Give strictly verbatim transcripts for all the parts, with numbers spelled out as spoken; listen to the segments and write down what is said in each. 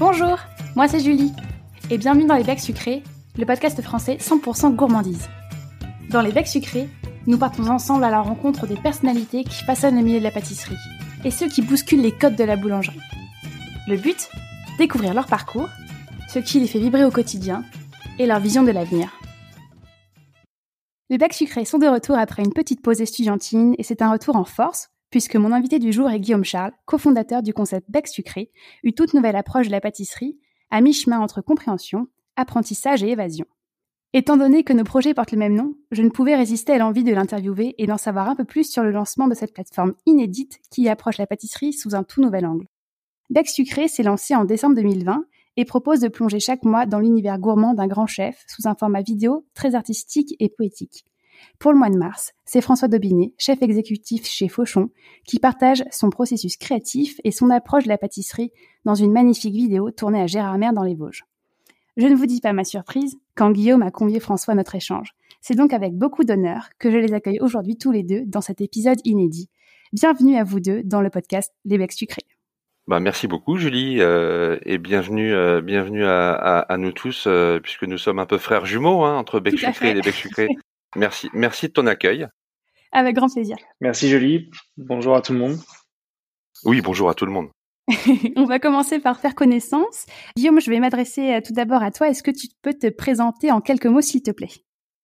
Bonjour, moi c'est Julie, et bienvenue dans Les Becs Sucrés, le podcast français cent pour cent gourmandise. Dans Les Becs Sucrés, nous partons ensemble à la rencontre des personnalités qui façonnent le milieu de la pâtisserie, et ceux qui bousculent les codes de la boulangerie. Le but ? Découvrir leur parcours, ce qui les fait vibrer au quotidien, et leur vision de l'avenir. Les Becs Sucrés sont de retour après une petite pause estudiantine, et c'est un retour en force, puisque mon invité du jour est Guillaume Charles, cofondateur du concept Becs Sucrés, une toute nouvelle approche de la pâtisserie, à mi-chemin entre compréhension, apprentissage et évasion. Étant donné que nos projets portent le même nom, je ne pouvais résister à l'envie de l'interviewer et d'en savoir un peu plus sur le lancement de cette plateforme inédite qui approche la pâtisserie sous un tout nouvel angle. Becs Sucrés s'est lancé en décembre deux mille vingt et propose de plonger chaque mois dans l'univers gourmand d'un grand chef sous un format vidéo très artistique et poétique. Pour le mois de mars, c'est François Daubinet, chef exécutif chez Fauchon, qui partage son processus créatif et son approche de la pâtisserie dans une magnifique vidéo tournée à Gérardmer dans les Vosges. Je ne vous dis pas ma surprise quand Guillaume a convié François à notre échange. C'est donc avec beaucoup d'honneur que je les accueille aujourd'hui tous les deux dans cet épisode inédit. Bienvenue à vous deux dans le podcast Les Becs Sucrés. Bah, merci beaucoup Julie euh, et bienvenue euh, bienvenue à, à, à nous tous euh, puisque nous sommes un peu frères jumeaux hein, entre Becs Sucrés et les Becs Sucrés. Merci, merci de ton accueil. Avec grand plaisir. Merci Julie. Bonjour à tout le monde. Oui, bonjour à tout le monde. On va commencer par faire connaissance. Guillaume, je vais m'adresser tout d'abord à toi. Est-ce que tu peux te présenter en quelques mots, s'il te plaît ?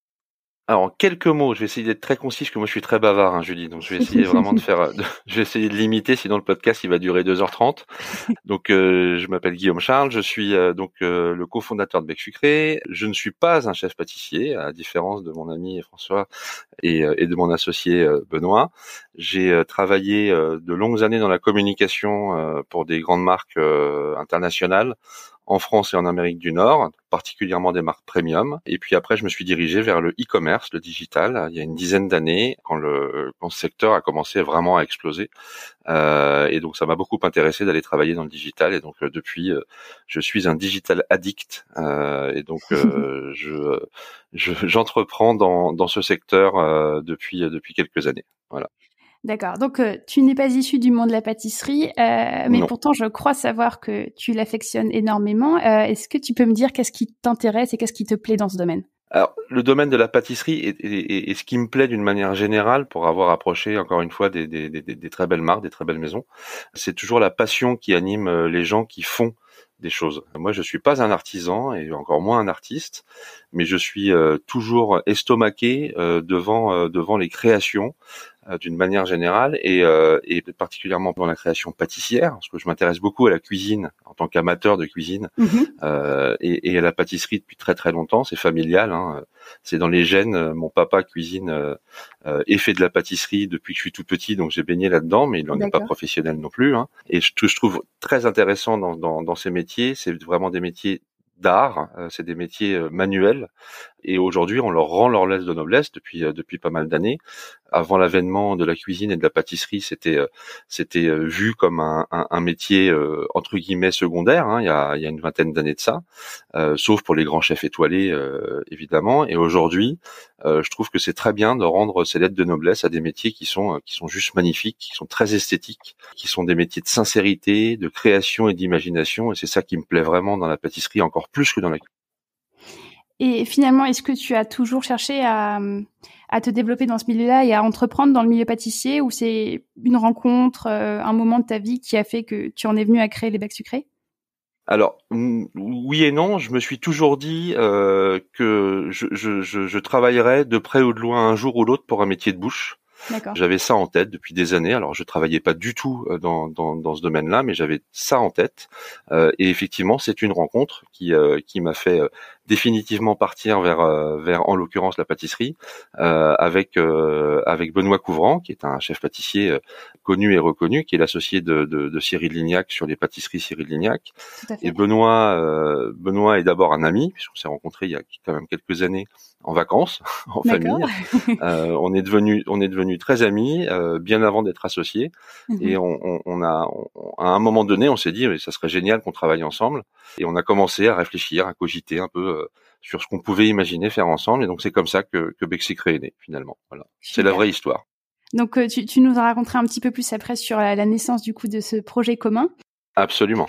Alors, en quelques mots, je vais essayer d'être très concis, parce que moi je suis très bavard, hein, Julie, donc je vais essayer vraiment de faire, de, je vais essayer de limiter, sinon le podcast il va durer deux heures trente. Donc, euh, je m'appelle Guillaume Charles, je suis euh, donc euh, le cofondateur de Becs Sucrés. Je ne suis pas un chef pâtissier, à différence de mon ami François et, euh, et de mon associé euh, Benoît. J'ai euh, travaillé euh, de longues années dans la communication euh, pour des grandes marques euh, internationales, en France et en Amérique du Nord, particulièrement des marques premium. Et puis après, je me suis dirigé vers le e-commerce, le digital, il y a une dizaine d'années, quand le, quand ce secteur a commencé vraiment à exploser. Euh, et donc, ça m'a beaucoup intéressé d'aller travailler dans le digital. Et donc, euh, depuis, euh, je suis un digital addict. Euh, et donc, euh, je, je, j'entreprends dans, dans ce secteur euh, depuis, depuis quelques années. Voilà. D'accord. Donc, euh, tu n'es pas issu du monde de la pâtisserie, euh, mais non. Pourtant, je crois savoir que tu l'affectionnes énormément. Euh, est-ce que tu peux me dire qu'est-ce qui t'intéresse et qu'est-ce qui te plaît dans ce domaine ? Alors, le domaine de la pâtisserie est, est, est, est ce qui me plaît d'une manière générale, pour avoir approché encore une fois des, des, des, des très belles marques, des très belles maisons, c'est toujours la passion qui anime les gens qui font des choses. Moi, je suis pas un artisan et encore moins un artiste, mais je suis euh, toujours estomaqué euh, devant euh, devant les créations euh, d'une manière générale et, euh, et particulièrement dans la création pâtissière, parce que je m'intéresse beaucoup à la cuisine en tant qu'amateur de cuisine mm-hmm. euh, et, et à la pâtisserie depuis très très longtemps. C'est familial, hein. C'est dans les gènes. Mon papa cuisine euh, euh, et fait de la pâtisserie depuis que je suis tout petit, donc j'ai baigné là-dedans, mais il n'en est pas professionnel non plus. Hein. Et ce que je trouve très intéressant dans, dans, dans ces métiers, c'est vraiment des métiers d'art, euh, c'est des métiers euh, manuels, et aujourd'hui on leur rend leur lettre de noblesse depuis euh, depuis pas mal d'années. Avant l'avènement de la cuisine et de la pâtisserie, c'était euh, c'était euh, vu comme un, un, un métier euh, entre guillemets secondaire. Hein, il y a il y a une vingtaine d'années de ça, euh, sauf pour les grands chefs étoilés euh, évidemment. Et aujourd'hui, euh, je trouve que c'est très bien de rendre ces lettres de noblesse à des métiers qui sont euh, qui sont juste magnifiques, qui sont très esthétiques, qui sont des métiers de sincérité, de création et d'imagination. Et c'est ça qui me plaît vraiment dans la pâtisserie, encore plus que dans la cuisine. Et finalement, est-ce que tu as toujours cherché à, à te développer dans ce milieu-là et à entreprendre dans le milieu pâtissier, ou c'est une rencontre, euh, un moment de ta vie qui a fait que tu en es venu à créer les Becs Sucrés ? Alors oui et non, je me suis toujours dit euh, que je, je, je, je travaillerais de près ou de loin un jour ou l'autre pour un métier de bouche. D'accord. J'avais ça en tête depuis des années. Alors je travaillais pas du tout dans dans, dans ce domaine-là, mais j'avais ça en tête. Euh, et effectivement, c'est une rencontre qui euh, qui m'a fait euh, définitivement partir vers euh, vers en l'occurrence la pâtisserie euh, avec euh, avec Benoît Couvrant, qui est un chef pâtissier euh, connu et reconnu, qui est l'associé de, de de Cyril Lignac sur les pâtisseries Cyril Lignac. Et Benoît euh, Benoît est d'abord un ami, puisqu'on s'est rencontrés il y a quand même quelques années en vacances, en D'accord. famille. euh, on est devenu on est devenu très amis, euh, bien avant d'être associés. Mmh. Et on, on, on a, on, à un moment donné, on s'est dit, mais ça serait génial qu'on travaille ensemble. Et on a commencé à réfléchir, à cogiter un peu euh, sur ce qu'on pouvait imaginer faire ensemble. Et donc c'est comme ça que, que Becs Sucrés est né finalement. Voilà, Super. C'est la vraie histoire. Donc tu, tu nous as raconté un petit peu plus après sur la, la naissance du coup de ce projet commun. Absolument.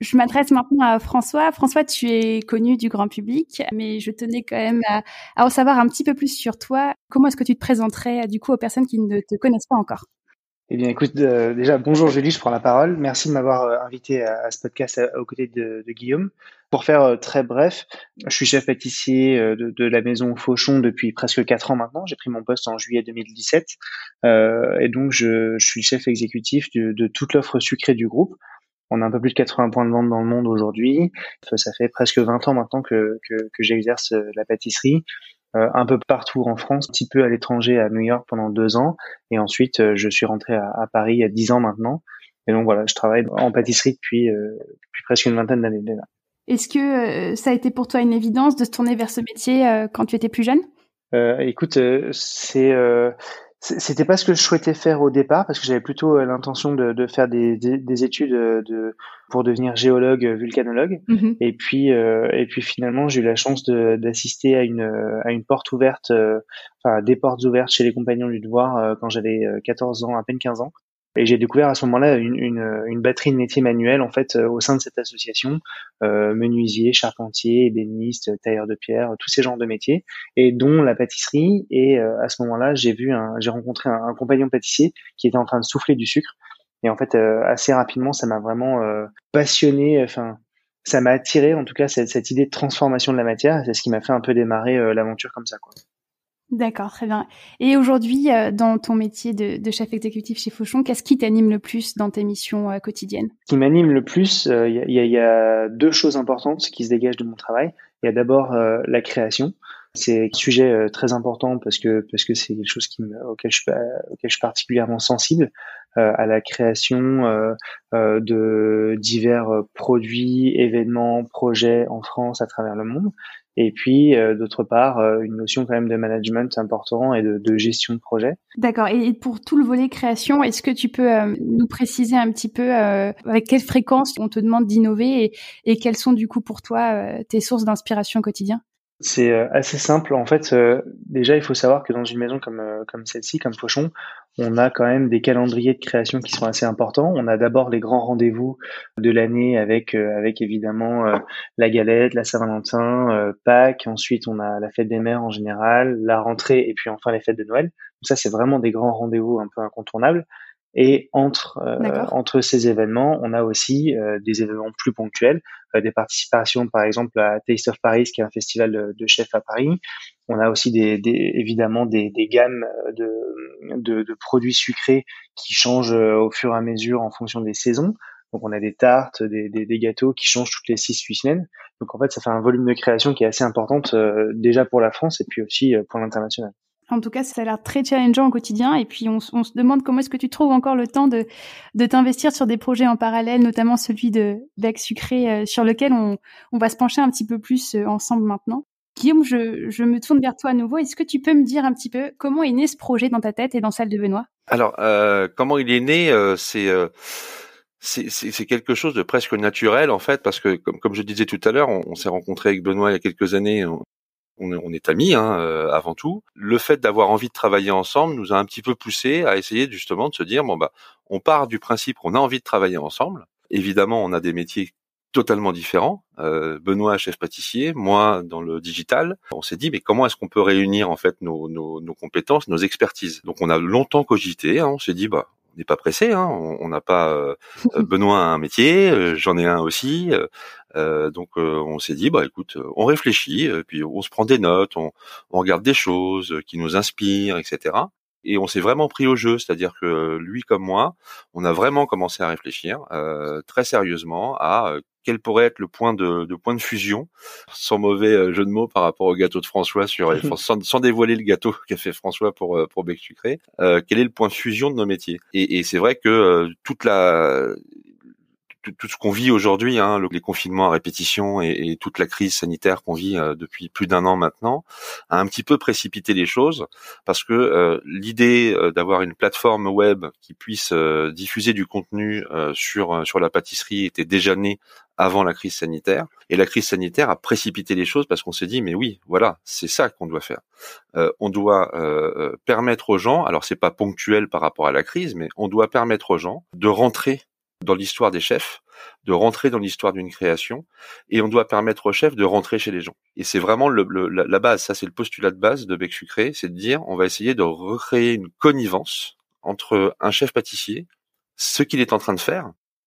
Je m'adresse maintenant à François. François, tu es connu du grand public, mais je tenais quand même à, à en savoir un petit peu plus sur toi. Comment est-ce que tu te présenterais du coup aux personnes qui ne te connaissent pas encore? Eh bien, écoute, euh, déjà, bonjour Julie, je prends la parole. Merci de m'avoir euh, invité à, à ce podcast à- aux côtés de, de Guillaume. Pour faire euh, très bref, je suis chef pâtissier euh, de, de la maison Fauchon depuis presque quatre ans maintenant. J'ai pris mon poste en juillet deux mille dix-sept. Euh, et donc, je, je suis chef exécutif de, de toute l'offre sucrée du groupe. On a un peu plus de quatre-vingts points de vente dans le monde aujourd'hui. Ça fait presque vingt ans maintenant que, que, que j'exerce euh, la pâtisserie. Euh, un peu partout en France, un petit peu à l'étranger, à New York pendant deux ans, et ensuite euh, je suis rentré à, à Paris il y a dix ans maintenant. Et donc voilà, je travaille en pâtisserie depuis, euh, depuis presque une vingtaine d'années déjà. Est-ce que euh, ça a été pour toi une évidence de se tourner vers ce métier euh, quand tu étais plus jeune? Euh, écoute, euh, c'est euh, c'est- c'était pas ce que je souhaitais faire au départ parce que j'avais plutôt euh, l'intention de, de faire des, des, des études euh, de pour devenir géologue, euh, vulcanologue. Mhm. Et puis euh, et puis finalement j'ai eu la chance de d'assister à une euh, à une porte ouverte, euh, enfin à des portes ouvertes chez les Compagnons du Devoir euh, quand j'avais euh, quatorze ans, à peine quinze ans. Et j'ai découvert à ce moment-là une, une, une batterie de métiers manuels en fait euh, au sein de cette association, euh, menuisier, charpentier, ébéniste, tailleur de pierre, tous ces genres de métiers, et dont la pâtisserie. Et euh, à ce moment-là, j'ai vu, un, j'ai rencontré un, un compagnon pâtissier qui était en train de souffler du sucre. Et en fait, euh, assez rapidement, ça m'a vraiment euh, passionné. Enfin, ça m'a attiré, en tout cas, cette, cette idée de transformation de la matière. C'est ce qui m'a fait un peu démarrer euh, l'aventure comme ça, quoi. D'accord, très bien. Et aujourd'hui, euh, dans ton métier de, de chef exécutif chez Fauchon, qu'est-ce qui t'anime le plus dans tes missions euh, quotidiennes? Ce qui m'anime le plus, il euh, y, a, y, a, y a deux choses importantes qui se dégagent de mon travail. Il y a d'abord euh, la création. C'est un sujet euh, très important parce que parce que c'est quelque chose qui me, auquel je auquel je suis particulièrement sensible, euh, à la création euh, euh, de divers produits, événements, projets en France, à travers le monde. Et puis euh, d'autre part, euh, une notion quand même de management important et de, de gestion de projet. D'accord. Et pour tout le volet création, est-ce que tu peux euh, nous préciser un petit peu euh, avec quelle fréquence on te demande d'innover et, et quelles sont du coup pour toi euh, tes sources d'inspiration au quotidien? C'est euh, assez simple. En fait, euh, déjà, il faut savoir que dans une maison comme euh, comme celle-ci, comme Fauchon, on a quand même des calendriers de création qui sont assez importants. On a d'abord les grands rendez-vous de l'année avec euh, avec évidemment euh, la galette, la Saint-Valentin, euh, Pâques. Ensuite, on a la fête des mères en général, la rentrée et puis enfin les fêtes de Noël. Donc ça, c'est vraiment des grands rendez-vous un peu incontournables. Et entre euh, entre ces événements, on a aussi euh, des événements plus ponctuels, euh, des participations par exemple à Taste of Paris, qui est un festival de, de chefs à Paris. On a aussi des, des évidemment des, des gammes de, de, de produits sucrés qui changent euh, au fur et à mesure en fonction des saisons. Donc on a des tartes, des, des, des gâteaux qui changent toutes les six huit semaines. Donc en fait, ça fait un volume de création qui est assez importante euh, déjà pour la France et puis aussi euh, pour l'international. En tout cas, ça a l'air très challengeant au quotidien. Et puis, on, on se demande comment est-ce que tu trouves encore le temps de, de t'investir sur des projets en parallèle, notamment celui de Bec Sucré, euh, sur lequel on, on va se pencher un petit peu plus euh, ensemble maintenant. Guillaume, je, je me tourne vers toi à nouveau. Est-ce que tu peux me dire un petit peu comment est né ce projet dans ta tête et dans celle de Benoît? Alors, euh, comment il est né, euh, c'est... Euh... C'est, c'est, c'est quelque chose de presque naturel en fait, parce que comme, comme je disais tout à l'heure, on, on s'est rencontré avec Benoît il y a quelques années. On, on est, on est amis hein, euh, avant tout. Le fait d'avoir envie de travailler ensemble nous a un petit peu poussé à essayer justement de se dire bon bah on part du principe qu'on a envie de travailler ensemble. Évidemment, on a des métiers totalement différents. Euh, Benoît chef pâtissier, moi dans le digital. On s'est dit mais comment est-ce qu'on peut réunir en fait nos, nos, nos compétences, nos expertises. Donc on a longtemps cogité. Hein, on s'est dit bah on n'est pas pressé, hein, on n'a pas euh, Benoît a un métier, euh, j'en ai un aussi, euh, donc euh, on s'est dit bah écoute, on réfléchit, euh, puis on se prend des notes, on, on regarde des choses qui nous inspirent, et cetera. Et on s'est vraiment pris au jeu, c'est-à-dire que lui comme moi, on a vraiment commencé à réfléchir euh, très sérieusement à euh, quel pourrait être le point de, de point de fusion, sans mauvais jeu de mots par rapport au gâteau de François, sur sans, sans dévoiler le gâteau qu'a fait François pour pour Bec Sucré. Euh, quel est le point de fusion de nos métiers? Et, et c'est vrai que euh, toute la Tout, tout ce qu'on vit aujourd'hui, hein, les confinements à répétition et, et toute la crise sanitaire qu'on vit euh, depuis plus d'un an maintenant, a un petit peu précipité les choses, parce que euh, l'idée euh, d'avoir une plateforme web qui puisse euh, diffuser du contenu euh, sur sur la pâtisserie était déjà née avant la crise sanitaire, et la crise sanitaire a précipité les choses parce qu'on s'est dit mais oui, voilà, c'est ça qu'on doit faire. Euh, on doit euh, permettre aux gens, alors c'est pas ponctuel par rapport à la crise, mais on doit permettre aux gens de rentrer dans l'histoire des chefs, de rentrer dans l'histoire d'une création, et on doit permettre aux chefs de rentrer chez les gens. Et c'est vraiment le, le, la, la base, ça c'est le postulat de base de Bec Sucré, c'est de dire on va essayer de recréer une connivence entre un chef pâtissier, ce qu'il est en train de faire,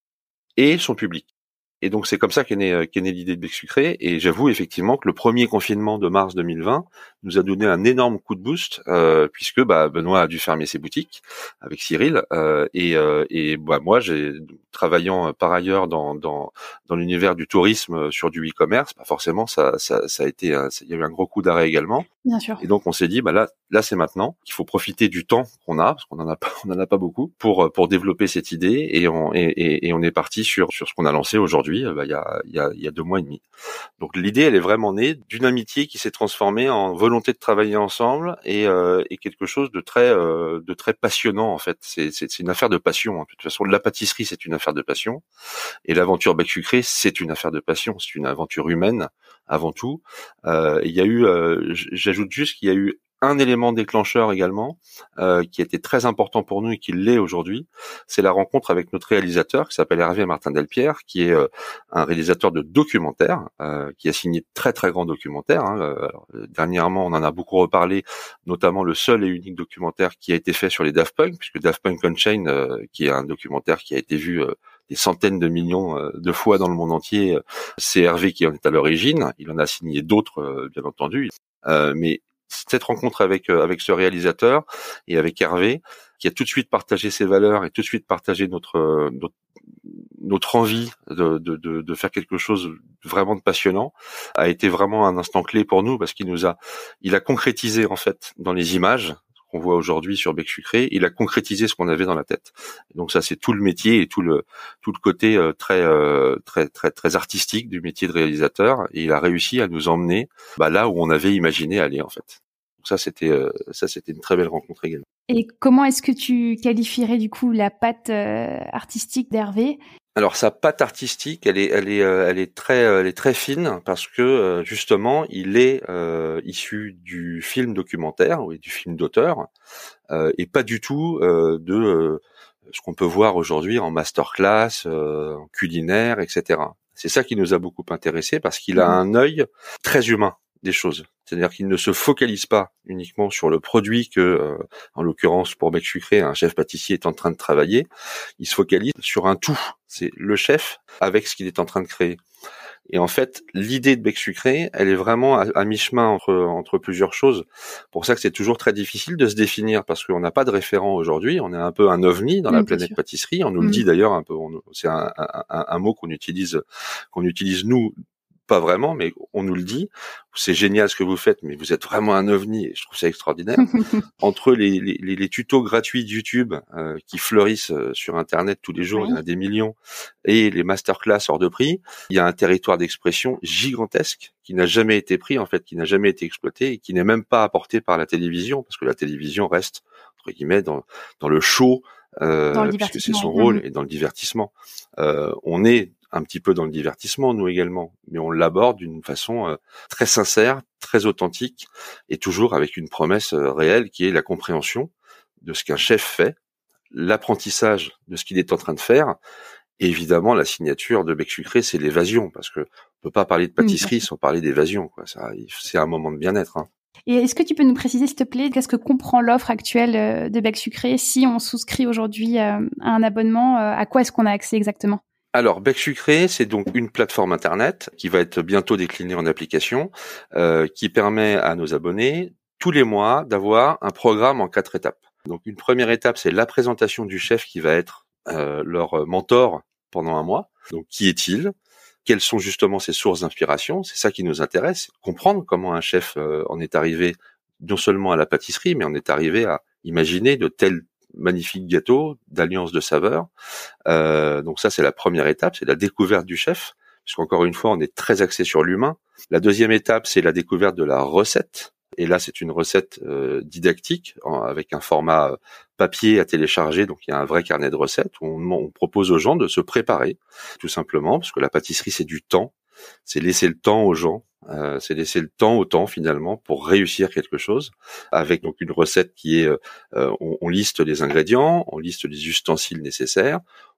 et son public. Et donc c'est comme ça qu'est née, qu'est née l'idée de Bec Sucré, et j'avoue effectivement que le premier confinement de mars deux mille vingt nous a donné un énorme coup de boost, euh, puisque bah, Benoît a dû fermer ses boutiques avec Cyril, euh, et, euh, et bah, moi j'ai travaillant par ailleurs dans, dans, dans l'univers du tourisme sur du e-commerce, bah, forcément ça, ça, ça a été, il y a eu un gros coup d'arrêt également. Bien sûr. Et donc on s'est dit bah là, là c'est maintenant qu'il faut profiter du temps qu'on a, parce qu'on en a pas, on en a pas beaucoup, pour pour développer cette idée, et on et, et, et on est parti sur sur ce qu'on a lancé aujourd'hui, bah, il y a il y a il y a deux mois et demi. Donc l'idée elle est vraiment née d'une amitié qui s'est transformée en volonté de travailler ensemble, et euh, et quelque chose de très euh, de très passionnant en fait. C'est c'est, c'est une affaire de passion. Hein. De toute façon, la pâtisserie c'est une affaire de passion, et l'aventure Bec Sucré c'est une affaire de passion. C'est une aventure humaine avant tout. Euh, il y a eu, euh, j'ajoute juste qu'il y a eu un élément déclencheur également, euh, qui était très important pour nous et qui l'est aujourd'hui, c'est la rencontre avec notre réalisateur qui s'appelle Hervé Martin Delpierre, qui est euh, un réalisateur de documentaires, euh, qui a signé de très très grands documentaires. Hein. Alors, dernièrement, on en a beaucoup reparlé, notamment le seul et unique documentaire qui a été fait sur les Daft Punk, puisque Daft Punk Unchained, euh, qui est un documentaire qui a été vu euh, des centaines de millions euh, de fois dans le monde entier, c'est Hervé qui en est à l'origine. Il en a signé d'autres, euh, bien entendu, euh, mais cette rencontre avec euh, avec ce réalisateur et avec Hervé, qui a tout de suite partagé ses valeurs et tout de suite partagé notre notre, notre envie de, de de de faire quelque chose vraiment de passionnant, a été vraiment un instant clé pour nous, parce qu'il nous a il a concrétisé en fait dans les images qu'on voit aujourd'hui sur Bec Sucré, il a concrétisé ce qu'on avait dans la tête. Et donc ça c'est tout le métier et tout le tout le côté euh, très euh, très très très artistique du métier de réalisateur, et il a réussi à nous emmener bah, là où on avait imaginé aller en fait. Donc ça c'était euh, ça c'était une très belle rencontre également. Et comment est-ce que tu qualifierais du coup la patte euh, artistique d'Hervé ? Alors sa patte artistique, elle est, elle est, euh, elle est très, elle est très fine, parce que euh, justement, il est euh, issu du film documentaire ou du film d'auteur, euh, et pas du tout euh, de euh, ce qu'on peut voir aujourd'hui en masterclass, euh, en culinaire, et cetera. C'est ça qui nous a beaucoup intéressé, parce qu'il a un œil très humain des choses. C'est-à-dire qu'il ne se focalise pas uniquement sur le produit que, euh, en l'occurrence pour Bec Sucré, un chef pâtissier est en train de travailler. Il se focalise sur un tout. C'est le chef avec ce qu'il est en train de créer. Et en fait, l'idée de Bec Sucré, elle est vraiment à, à mi-chemin entre entre plusieurs choses. Pour ça que c'est toujours très difficile de se définir, parce qu'on n'a pas de référent aujourd'hui. On est un peu un ovni dans mmh, la planète sûr. Pâtisserie. On nous mmh. le dit d'ailleurs un peu. On, c'est un, un, un mot qu'on utilise qu'on utilise nous. Pas vraiment, mais on nous le dit. C'est génial ce que vous faites, mais vous êtes vraiment un ovni, et je trouve ça extraordinaire. Entre les, les, les tutos gratuits de YouTube euh, qui fleurissent euh, sur Internet tous les jours, oui. Il y en a des millions, et les masterclass hors de prix, il y a un territoire d'expression gigantesque qui n'a jamais été pris, en fait, qui n'a jamais été exploité, et qui n'est même pas apporté par la télévision, parce que la télévision reste, entre guillemets, dans, dans le show, euh, puisque c'est son rôle, et dans le divertissement. Euh, on est un petit peu dans le divertissement, nous également, mais on l'aborde d'une façon euh, très sincère, très authentique, et toujours avec une promesse euh, réelle qui est la compréhension de ce qu'un chef fait, l'apprentissage de ce qu'il est en train de faire, et évidemment la signature de Bec Sucré, c'est l'évasion, parce que on peut pas parler de pâtisserie mmh. sans parler d'évasion, quoi. Ça, c'est un moment de bien-être. Hein. Et est-ce que tu peux nous préciser, s'il te plaît, qu'est-ce que comprend l'offre actuelle de Bec Sucré si on souscrit aujourd'hui à un abonnement, à quoi est-ce qu'on a accès exactement ? Alors, Bec Sucré, c'est donc une plateforme internet qui va être bientôt déclinée en application, euh, qui permet à nos abonnés, tous les mois, d'avoir un programme en quatre étapes. Donc, une première étape, c'est la présentation du chef qui va être euh, leur mentor pendant un mois. Donc, qui est-il ? Quelles sont justement ses sources d'inspiration ? C'est ça qui nous intéresse, comprendre comment un chef euh, en est arrivé non seulement à la pâtisserie, mais en est arrivé à imaginer de tels magnifique gâteau, d'alliance de saveurs. Euh, donc ça, c'est la première étape, c'est la découverte du chef, puisqu'encore une fois, on est très axé sur l'humain. La deuxième étape, c'est la découverte de la recette. Et là, c'est une recette euh, didactique, en, avec un format euh, papier à télécharger. Donc, il y a un vrai carnet de recettes où on, on propose aux gens de se préparer, tout simplement, parce que la pâtisserie, c'est du temps. C'est laisser le temps aux gens. Euh, c'est laisser le temps au temps finalement pour réussir quelque chose, avec donc une recette qui est, euh, on, on liste les ingrédients, on liste les ustensiles nécessaires,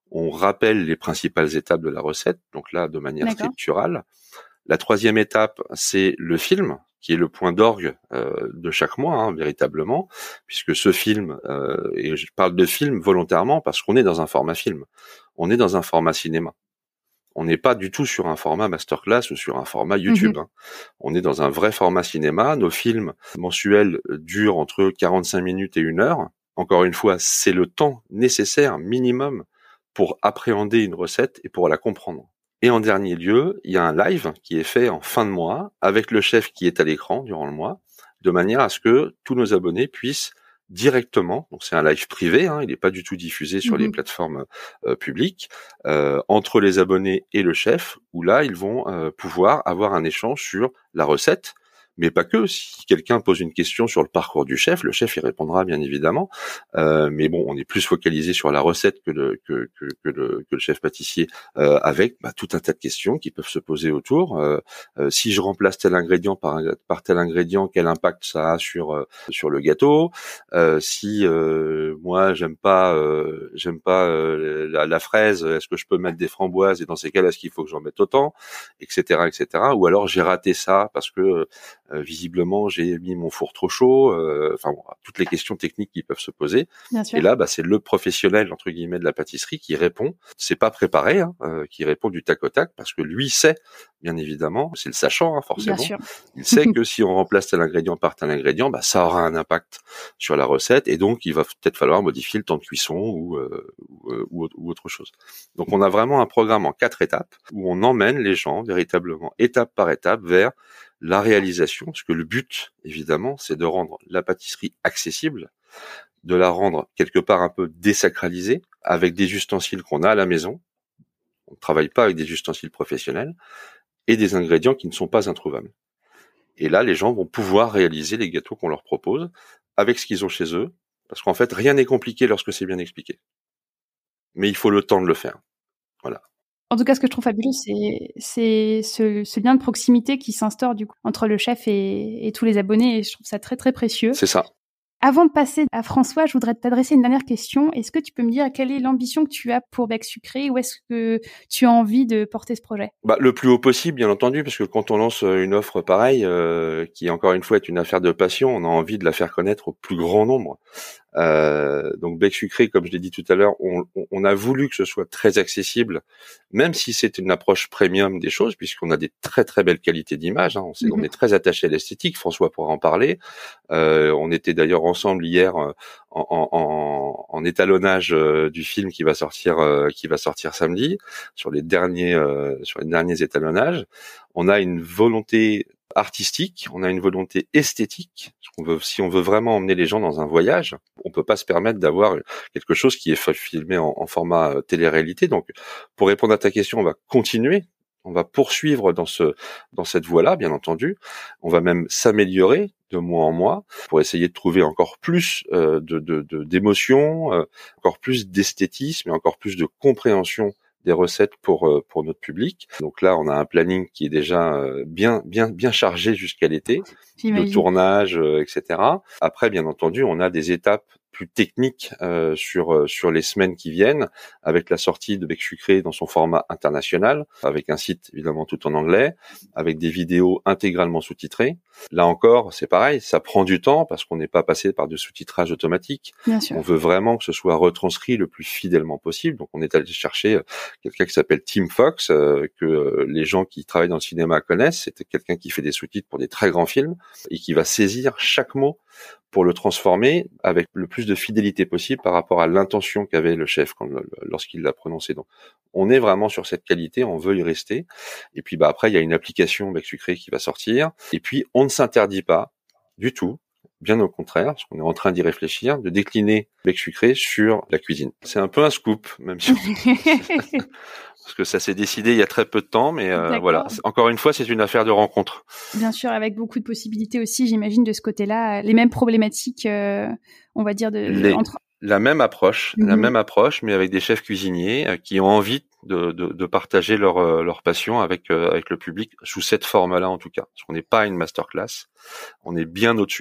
On rappelle les principales étapes de la recette, donc là, de manière D'accord. scripturale. La troisième étape, c'est le film, qui est le point d'orgue euh, de chaque mois, hein, véritablement, puisque ce film, euh, et je parle de film volontairement parce qu'on est dans un format film, on est dans un format cinéma. On n'est pas du tout sur un format masterclass ou sur un format YouTube. Mmh. Hein. On est dans un vrai format cinéma. Nos films mensuels durent entre quarante-cinq minutes et une heure. Encore une fois, c'est le temps nécessaire minimum pour appréhender une recette et pour la comprendre. Et en dernier lieu, il y a un live qui est fait en fin de mois avec le chef qui est à l'écran durant le mois, de manière à ce que tous nos abonnés puissent directement, donc c'est un live privé, hein, il n'est pas du tout diffusé sur mmh. les plateformes euh, publiques, euh, entre les abonnés et le chef, où là, ils vont euh, pouvoir avoir un échange sur la recette, mais pas que. Si quelqu'un pose une question sur le parcours du chef, le chef y répondra bien évidemment. Euh, mais bon, on est plus focalisé sur la recette que le que que, que le que le chef pâtissier, euh, avec bah, tout un tas de questions qui peuvent se poser autour. Euh, euh, si je remplace tel ingrédient par par tel ingrédient, quel impact ça a sur euh, sur le gâteau? Euh, si euh, moi j'aime pas euh, j'aime pas euh, la, la fraise, est-ce que je peux mettre des framboises? Et dans ces cas-là, est-ce qu'il faut que j'en mette autant, et cetera, et cetera. Ou alors j'ai raté ça parce que Euh, visiblement j'ai mis mon four trop chaud, euh, enfin bon, toutes les questions techniques qui peuvent se poser. Et là, bah, c'est le professionnel entre guillemets de la pâtisserie qui répond. C'est pas préparé, hein, euh, qui répond du tac au tac parce que lui sait, bien évidemment, c'est le sachant, hein, forcément. Il sait que si on remplace tel ingrédient par tel ingrédient, bah ça aura un impact sur la recette et donc il va peut-être falloir modifier le temps de cuisson ou euh, ou, ou, ou autre chose. Donc on a vraiment un programme en quatre étapes où on emmène les gens véritablement étape par étape vers la réalisation, parce que le but, évidemment, c'est de rendre la pâtisserie accessible, de la rendre quelque part un peu désacralisée, avec des ustensiles qu'on a à la maison. On ne travaille pas avec des ustensiles professionnels, et des ingrédients qui ne sont pas introuvables. Et là, les gens vont pouvoir réaliser les gâteaux qu'on leur propose, avec ce qu'ils ont chez eux, parce qu'en fait, rien n'est compliqué lorsque c'est bien expliqué. Mais il faut le temps de le faire. Voilà. En tout cas, ce que je trouve fabuleux, c'est, c'est ce, ce lien de proximité qui s'instaure du coup entre le chef et, et tous les abonnés, et je trouve ça très très précieux. C'est ça. Avant de passer à François, je voudrais t'adresser une dernière question. Est-ce que tu peux me dire quelle est l'ambition que tu as pour Bec Sucré? Où est-ce que tu as envie de porter ce projet? Bah, le plus haut possible, bien entendu, parce que quand on lance une offre pareille, euh, qui encore une fois est une affaire de passion, on a envie de la faire connaître au plus grand nombre. Euh, donc Bec Sucré, comme je l'ai dit tout à l'heure, on, on a voulu que ce soit très accessible, même si c'est une approche premium des choses, puisqu'on a des très très belles qualités d'image. Hein. On, mm-hmm. on est très attaché à l'esthétique. François pourra en parler. Euh, on était d'ailleurs ensemble hier en, en, en, en étalonnage euh, du film qui va sortir, euh, qui va sortir samedi, sur les derniers, euh, sur les derniers étalonnages. On a une volonté artistique, on a une volonté esthétique. On veut, si on veut vraiment emmener les gens dans un voyage, on peut pas se permettre d'avoir quelque chose qui est filmé en, en format télé-réalité. Donc, pour répondre à ta question, on va continuer, on va poursuivre dans ce, dans cette voie-là, bien entendu. On va même s'améliorer de mois en mois pour essayer de trouver encore plus euh, de, de, de, d'émotions, euh, encore plus d'esthétisme et encore plus de compréhension des recettes pour pour notre public. Donc là, on a un planning qui est déjà bien bien bien chargé jusqu'à l'été, J'imagine. de tournage, euh, et cetera. Après, bien entendu, on a des étapes plus techniques euh, sur euh, sur les semaines qui viennent, avec la sortie de Bec Sucré dans son format international, avec un site évidemment tout en anglais, avec des vidéos intégralement sous-titrées. Là encore, c'est pareil, ça prend du temps parce qu'on n'est pas passé par de sous-titrage automatique. Bien sûr. On veut vraiment que ce soit retranscrit le plus fidèlement possible. Donc on est allé chercher quelqu'un qui s'appelle Tim Fox, euh, que euh, les gens qui travaillent dans le cinéma connaissent. C'est quelqu'un qui fait des sous-titres pour des très grands films et qui va saisir chaque mot pour le transformer avec le plus de fidélité possible par rapport à l'intention qu'avait le chef quand, lorsqu'il l'a prononcé. Donc, on est vraiment sur cette qualité, on veut y rester. Et puis, bah après, il y a une application Bec Sucré qui va sortir. Et puis, on ne s'interdit pas du tout, bien au contraire, parce qu'on est en train d'y réfléchir, de décliner Bec Sucré sur la cuisine. C'est un peu un scoop, même si on... parce que ça s'est décidé il y a très peu de temps, mais euh, voilà. Encore une fois, c'est une affaire de rencontre. Bien sûr, avec beaucoup de possibilités aussi, j'imagine, de ce côté-là, les mêmes problématiques, euh, on va dire, de les, entre... la même approche, mm-hmm. la même approche, mais avec des chefs cuisiniers euh, qui ont envie de, de, de partager leur euh, leur passion avec euh, avec le public sous cette forme-là en tout cas. Parce qu'on n'est pas une masterclass, on est bien au-dessus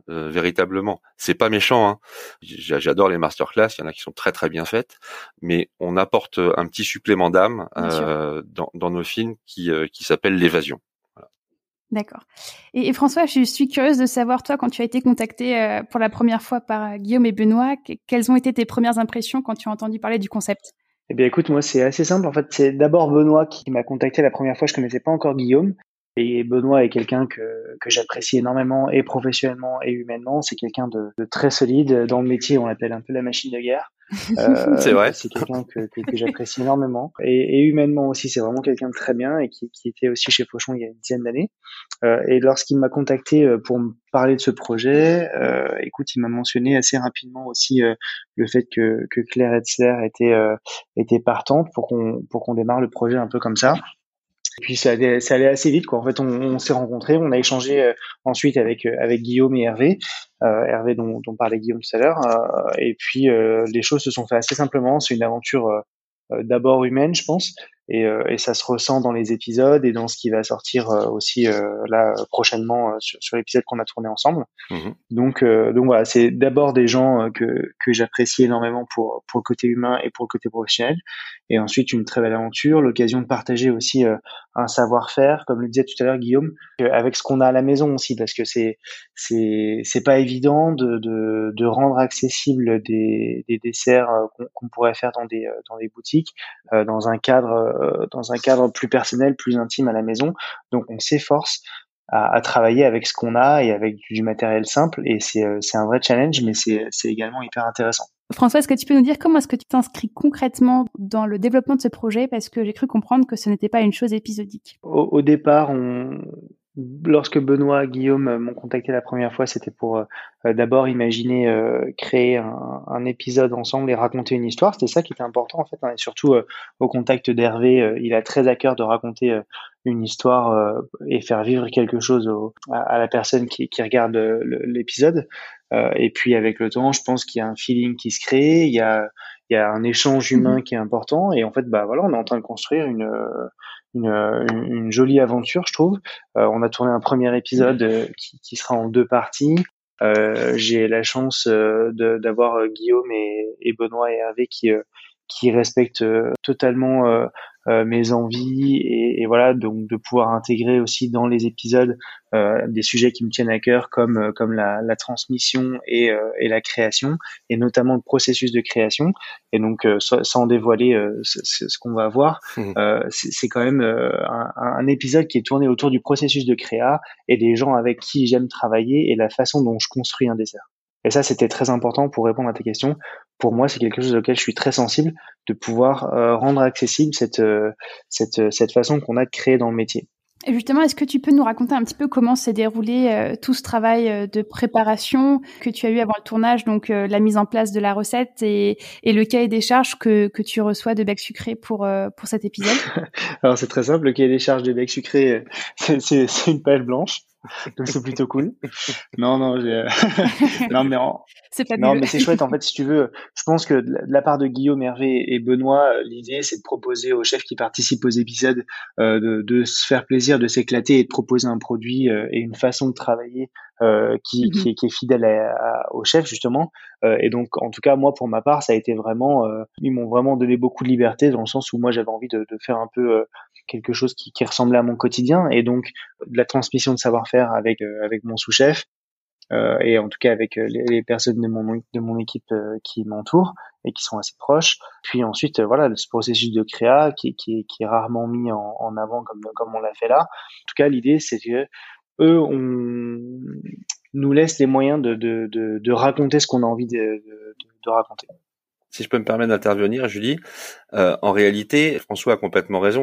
euh, véritablement. C'est pas méchant, hein. J'adore les masterclass, il y en a qui sont très très bien faites, mais on apporte un petit supplément d'âme euh, dans, dans nos films qui, euh, qui s'appelle l'évasion. Voilà. D'accord. Et, et François, je suis curieuse de savoir, toi, quand tu as été contacté euh, pour la première fois par euh, Guillaume et Benoît, que, quelles ont été tes premières impressions quand tu as entendu parler du concept? Eh bien, écoute, moi, c'est assez simple. En fait, c'est d'abord Benoît qui m'a contacté la première fois. Je connaissais pas encore Guillaume. Et Benoît est quelqu'un que, que j'apprécie énormément, et professionnellement et humainement. C'est quelqu'un de, de très solide. Dans le métier, on l'appelle un peu la machine de guerre. Euh, c'est vrai. C'est quelqu'un que, que, que j'apprécie énormément. Et, et humainement aussi, c'est vraiment quelqu'un de très bien et qui, qui était aussi chez Fauchon il y a une dizaine d'années. Euh, et lorsqu'il m'a contacté pour me parler de ce projet, euh, écoute, il m'a mentionné assez rapidement aussi euh, le fait que, que Claire Etzler était, euh, était partante pour qu'on, pour qu'on démarre le projet un peu comme ça. Et puis ça allait, ça allait assez vite, quoi. En fait, on, on s'est rencontrés, on a échangé euh, ensuite avec euh, avec Guillaume et Hervé, euh, Hervé dont, dont parlait Guillaume tout à l'heure. Euh, et puis euh, les choses se sont faites assez simplement. C'est une aventure euh, euh, d'abord humaine, je pense, et, euh, et ça se ressent dans les épisodes et dans ce qui va sortir euh, aussi euh, là prochainement euh, sur, sur l'épisode qu'on a tourné ensemble. Mmh. Donc, euh, donc voilà, c'est d'abord des gens euh, que que j'apprécie énormément pour pour le côté humain et pour le côté professionnel, et ensuite une très belle aventure, l'occasion de partager aussi euh, un savoir-faire, comme le disait tout à l'heure Guillaume, euh, avec ce qu'on a à la maison aussi, parce que c'est c'est c'est pas évident de de de rendre accessible des des desserts euh, qu'on, qu'on pourrait faire dans des dans des boutiques, euh, dans un cadre euh, dans un cadre plus personnel, plus intime à la maison. Donc on s'efforce À, à travailler avec ce qu'on a et avec du matériel simple, et c'est c'est un vrai challenge, mais c'est c'est également hyper intéressant. François, est-ce que tu peux nous dire comment est-ce que tu t'inscris concrètement dans le développement de ce projet, parce que j'ai cru comprendre que ce n'était pas une chose épisodique. Au, au départ, on lorsque Benoît et Guillaume m'ont contacté la première fois, c'était pour euh, d'abord imaginer euh, créer un, un épisode ensemble et raconter une histoire. C'était ça qui était important en fait, hein, et surtout euh, au contact d'Hervé, euh, il a très à cœur de raconter euh, une histoire euh, et faire vivre quelque chose au, à, à la personne qui, qui regarde euh, l'épisode. Euh, et puis avec le temps, je pense qu'il y a un feeling qui se crée, il y a il y a un échange humain mmh. qui est important, et en fait, bah voilà, on est en train de construire une une, une, une jolie aventure, je trouve. Euh, on a tourné un premier épisode euh, qui, qui sera en deux parties. Euh, j'ai la chance euh, de, d'avoir euh, Guillaume et, et Benoît et Hervé qui euh, qui respectent euh, totalement euh, euh, mes envies, et, et voilà, donc de pouvoir intégrer aussi dans les épisodes euh, des sujets qui me tiennent à cœur, comme euh, comme la, la transmission et, euh, et la création, et notamment le processus de création. Et donc euh, sans dévoiler euh, ce, ce qu'on va voir, mmh. euh, c'est, c'est quand même euh, un, un épisode qui est tourné autour du processus de créa et des gens avec qui j'aime travailler et la façon dont je construis un dessert. Et ça, c'était très important pour répondre à tes questions. Pour moi, c'est quelque chose auquel je suis très sensible, de pouvoir euh, rendre accessible cette, euh, cette, cette façon qu'on a de créer dans le métier. Et justement, est-ce que tu peux nous raconter un petit peu comment s'est déroulé euh, tout ce travail euh, de préparation que tu as eu avant le tournage, donc euh, la mise en place de la recette et, et le cahier des charges que, que tu reçois de Bec Sucré pour, euh, pour cet épisode? Alors, c'est très simple, le cahier des charges de Bec Sucré, c'est, c'est, c'est une page blanche. Donc c'est plutôt cool. Non, non, j'ai... non, mais en... c'est pas non, mais c'est chouette. En fait, si tu veux, je pense que de la part de Guillaume, Hervé et Benoît, l'idée c'est de proposer aux chefs qui participent aux épisodes euh, de, de se faire plaisir, de s'éclater et de proposer un produit euh, et une façon de travailler euh, qui, mm-hmm. qui, est, qui est fidèle à, à, aux chefs justement. Euh, et donc, en tout cas, moi, pour ma part, ça a été vraiment, euh, ils m'ont vraiment donné beaucoup de liberté, dans le sens où moi j'avais envie de, de faire un peu euh, quelque chose qui, qui ressemblait à mon quotidien, et donc de la transmission de savoir-faire avec euh, avec mon sous-chef euh, et en tout cas avec euh, les, les personnes de mon de mon équipe euh, qui m'entourent et qui sont assez proches. Puis ensuite, euh, voilà, ce processus de créa qui qui, qui est rarement mis en, en avant comme comme on l'a fait là. En tout cas, l'idée c'est que eux on nous laisse les moyens de de de, de raconter ce qu'on a envie de, de, de raconter. Si je peux me permettre d'intervenir, Julie, euh, en réalité, François a complètement raison.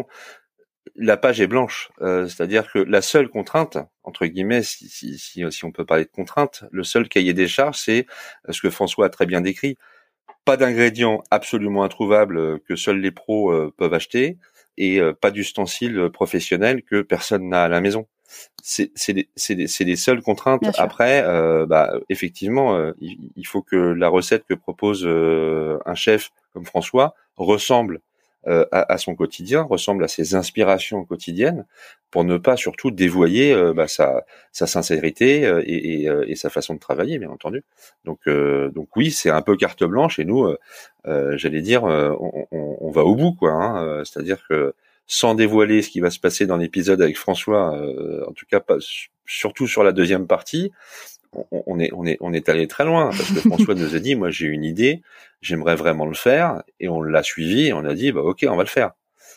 La page est blanche, euh, c'est-à-dire que la seule contrainte, entre guillemets, si, si, si, si on peut parler de contrainte, le seul cahier des charges, c'est ce que François a très bien décrit. Pas d'ingrédients absolument introuvables que seuls les pros euh, peuvent acheter, et euh, pas d'ustensiles professionnels que personne n'a à la maison. C'est, c'est, les, c'est, les, c'est les seules contraintes. Après, euh, bah, effectivement, euh, il, il faut que la recette que propose euh, un chef comme François ressemble euh, à, à son quotidien, ressemble à ses inspirations quotidiennes, pour ne pas surtout dévoyer euh, bah, sa, sa sincérité euh, et, et, euh, et sa façon de travailler, bien entendu. Donc, euh, donc oui, c'est un peu carte blanche et nous, euh, euh, j'allais dire, euh, on, on, on va au bout, quoi. Hein, euh, c'est-à-dire que sans dévoiler ce qui va se passer dans l'épisode avec François, euh, en tout cas pas, surtout sur la deuxième partie, on, on est on est on est allé très loin parce que François nous a dit, moi j'ai une idée, j'aimerais vraiment le faire, et on l'a suivi et on a dit bah ok, on va le faire.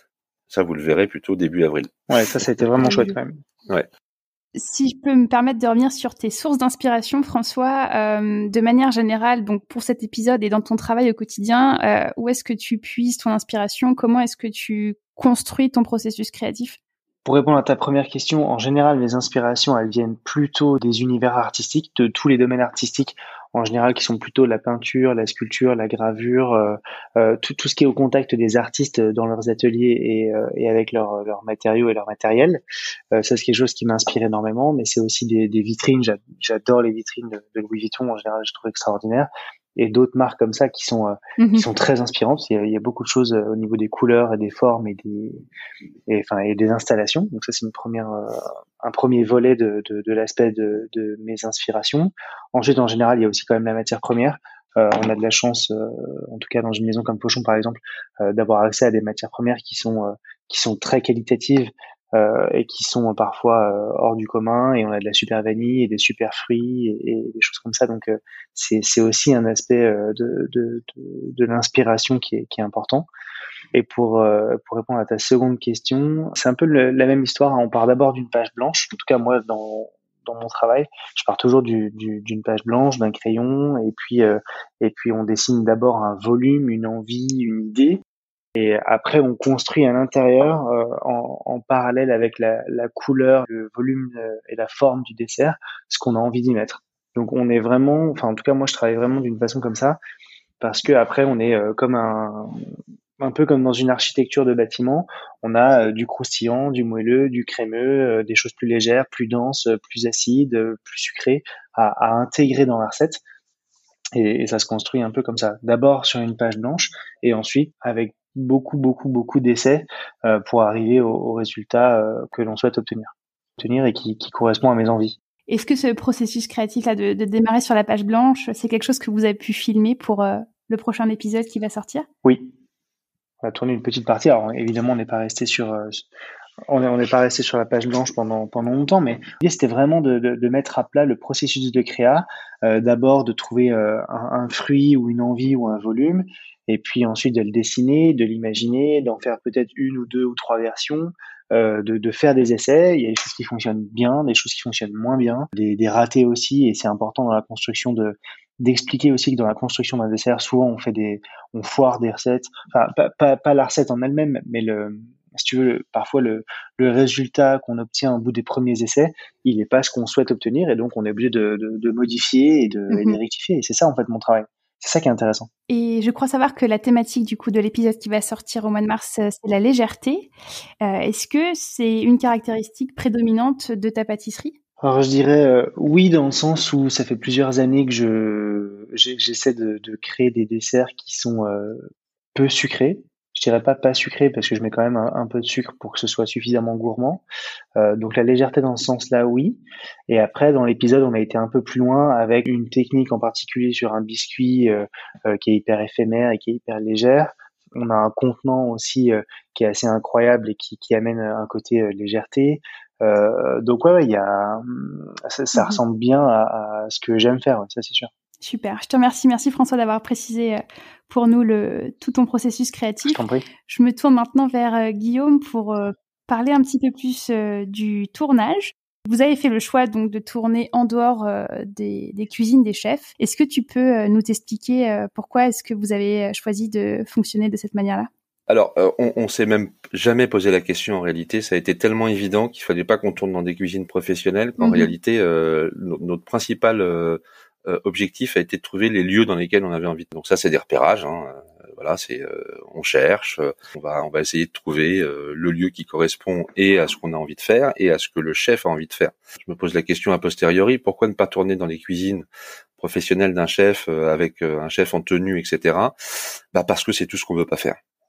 Ça vous le verrez plutôt début avril. Ouais, ça ça a été vraiment chouette quand même. Ouais. Si je peux me permettre de revenir sur tes sources d'inspiration, François, euh, de manière générale, donc pour cet épisode et dans ton travail au quotidien, euh, où est-ce que tu puises ton inspiration? Comment est-ce que tu construis ton processus créatif? Pour répondre à ta première question, en général, mes inspirations, elles viennent plutôt des univers artistiques, de tous les domaines artistiques, en général, qui sont plutôt la peinture, la sculpture, la gravure, euh, euh, tout, tout ce qui est au contact des artistes dans leurs ateliers et, euh, et avec leurs leurs matériaux et leur matériel. Euh, ça, c'est quelque chose qui m'inspire énormément, mais c'est aussi des, des vitrines. J'a- J'adore les vitrines de, de Louis Vuitton, en général, je trouve extraordinaire. Et d'autres marques comme ça qui sont euh, Mhm. qui sont très inspirantes. Il y, a, il y a beaucoup de choses euh, au niveau des couleurs et des formes et des et enfin et des installations. Donc ça c'est une première euh, un premier volet de de, de l'aspect de de mes inspirations. Ensuite en général il y a aussi quand même la matière première. Euh, on a de la chance, euh, en tout cas dans une maison comme Pochon par exemple, euh, d'avoir accès à des matières premières qui sont euh, qui sont très qualitatives euh, et qui sont parfois euh, hors du commun. Et on a de la super vanille et des super fruits et, et des choses comme ça. Donc euh, c'est c'est aussi un aspect euh, de de de, de l'inspiration qui est qui est important. Et pour euh, pour répondre à ta seconde question, c'est un peu le, la même histoire. Hein. On part d'abord d'une page blanche. En tout cas, moi, dans dans mon travail, je pars toujours du, du, d'une page blanche, d'un crayon, et puis euh, et puis on dessine d'abord un volume, une envie, une idée, et après on construit à l'intérieur, euh, en, en parallèle avec la, la couleur, le volume euh, et la forme du dessert, ce qu'on a envie d'y mettre. Donc on est vraiment, enfin en tout cas moi je travaille vraiment d'une façon comme ça, parce que après on est euh, comme un un peu comme dans une architecture de bâtiment, on a euh, du croustillant, du moelleux, du crémeux, euh, des choses plus légères, plus denses, euh, plus acides, euh, plus sucrées à, à intégrer dans la recette. Et, et ça se construit un peu comme ça. D'abord sur une page blanche et ensuite avec beaucoup, beaucoup, beaucoup d'essais euh, pour arriver au, au résultat euh, que l'on souhaite obtenir, obtenir et qui, qui correspond à mes envies. Est-ce que ce processus créatif-là de, de démarrer sur la page blanche, c'est quelque chose que vous avez pu filmer pour euh, le prochain épisode qui va sortir? Oui. On a tourné une petite partie. Alors évidemment, on n'est pas resté sur, euh, on n'est on n'est pas resté sur la page blanche pendant pendant longtemps, mais l'idée c'était vraiment de, de, de mettre à plat le processus de créa. Euh, d'abord de trouver euh, un, un fruit ou une envie ou un volume, et puis ensuite de le dessiner, de l'imaginer, d'en faire peut-être une ou deux ou trois versions, euh, de, de faire des essais. Il y a des choses qui fonctionnent bien, des choses qui fonctionnent moins bien, des, des ratés aussi, et c'est important dans la construction de d'expliquer aussi que dans la construction d'un dessert, souvent on fait des, on foire des recettes, enfin pas, pas, pas la recette en elle-même, mais le, si tu veux, le, parfois le, le résultat qu'on obtient au bout des premiers essais, il n'est pas ce qu'on souhaite obtenir, et donc on est obligé de, de, de modifier et de, mm-hmm. et de rectifier. Et c'est ça en fait mon travail. C'est ça qui est intéressant. Et je crois savoir que la thématique du coup de l'épisode qui va sortir au mois de mars, c'est la légèreté. Euh, est-ce que c'est une caractéristique prédominante de ta pâtisserie ? Alors je dirais euh, oui, dans le sens où ça fait plusieurs années que je j'essaie de, de créer des desserts qui sont euh, peu sucrés. Je dirais pas pas sucrés parce que je mets quand même un, un peu de sucre pour que ce soit suffisamment gourmand. Euh, donc la légèreté dans ce sens-là, oui. Et après, dans l'épisode, on a été un peu plus loin avec une technique en particulier sur un biscuit euh, euh, qui est hyper éphémère et qui est hyper légère. On a un contenant aussi euh, qui est assez incroyable et qui, qui amène un côté euh, légèreté. Euh, donc ouais, il y a ça, ça mmh. ressemble bien à, à ce que j'aime faire, ouais, ça c'est sûr. Super, je te remercie, merci François d'avoir précisé pour nous le tout ton processus créatif. Je t'en prie. Je me tourne maintenant vers euh, Guillaume pour euh, parler un petit peu plus euh, du tournage. Vous avez fait le choix donc de tourner en dehors euh, des, des cuisines des chefs. Est-ce que tu peux euh, nous expliquer euh, pourquoi est-ce que vous avez choisi de fonctionner de cette manière-là ? Alors, euh, on, on s'est même jamais posé la question en réalité. Ça a été tellement évident qu'il fallait pas qu'on tourne dans des cuisines professionnelles qu'en mmh. réalité, euh, notre principal euh, objectif a été de trouver les lieux dans lesquels on avait envie. Donc ça, c'est des repérages. Hein. Voilà, c'est euh, on cherche, on va on va essayer de trouver euh, le lieu qui correspond et à ce qu'on a envie de faire et à ce que le chef a envie de faire. Je me pose la question a posteriori, pourquoi ne pas tourner dans les cuisines professionnelles d'un chef euh, avec euh, un chef en tenue, et cetera. Bah parce que c'est tout ce qu'on veut pas faire.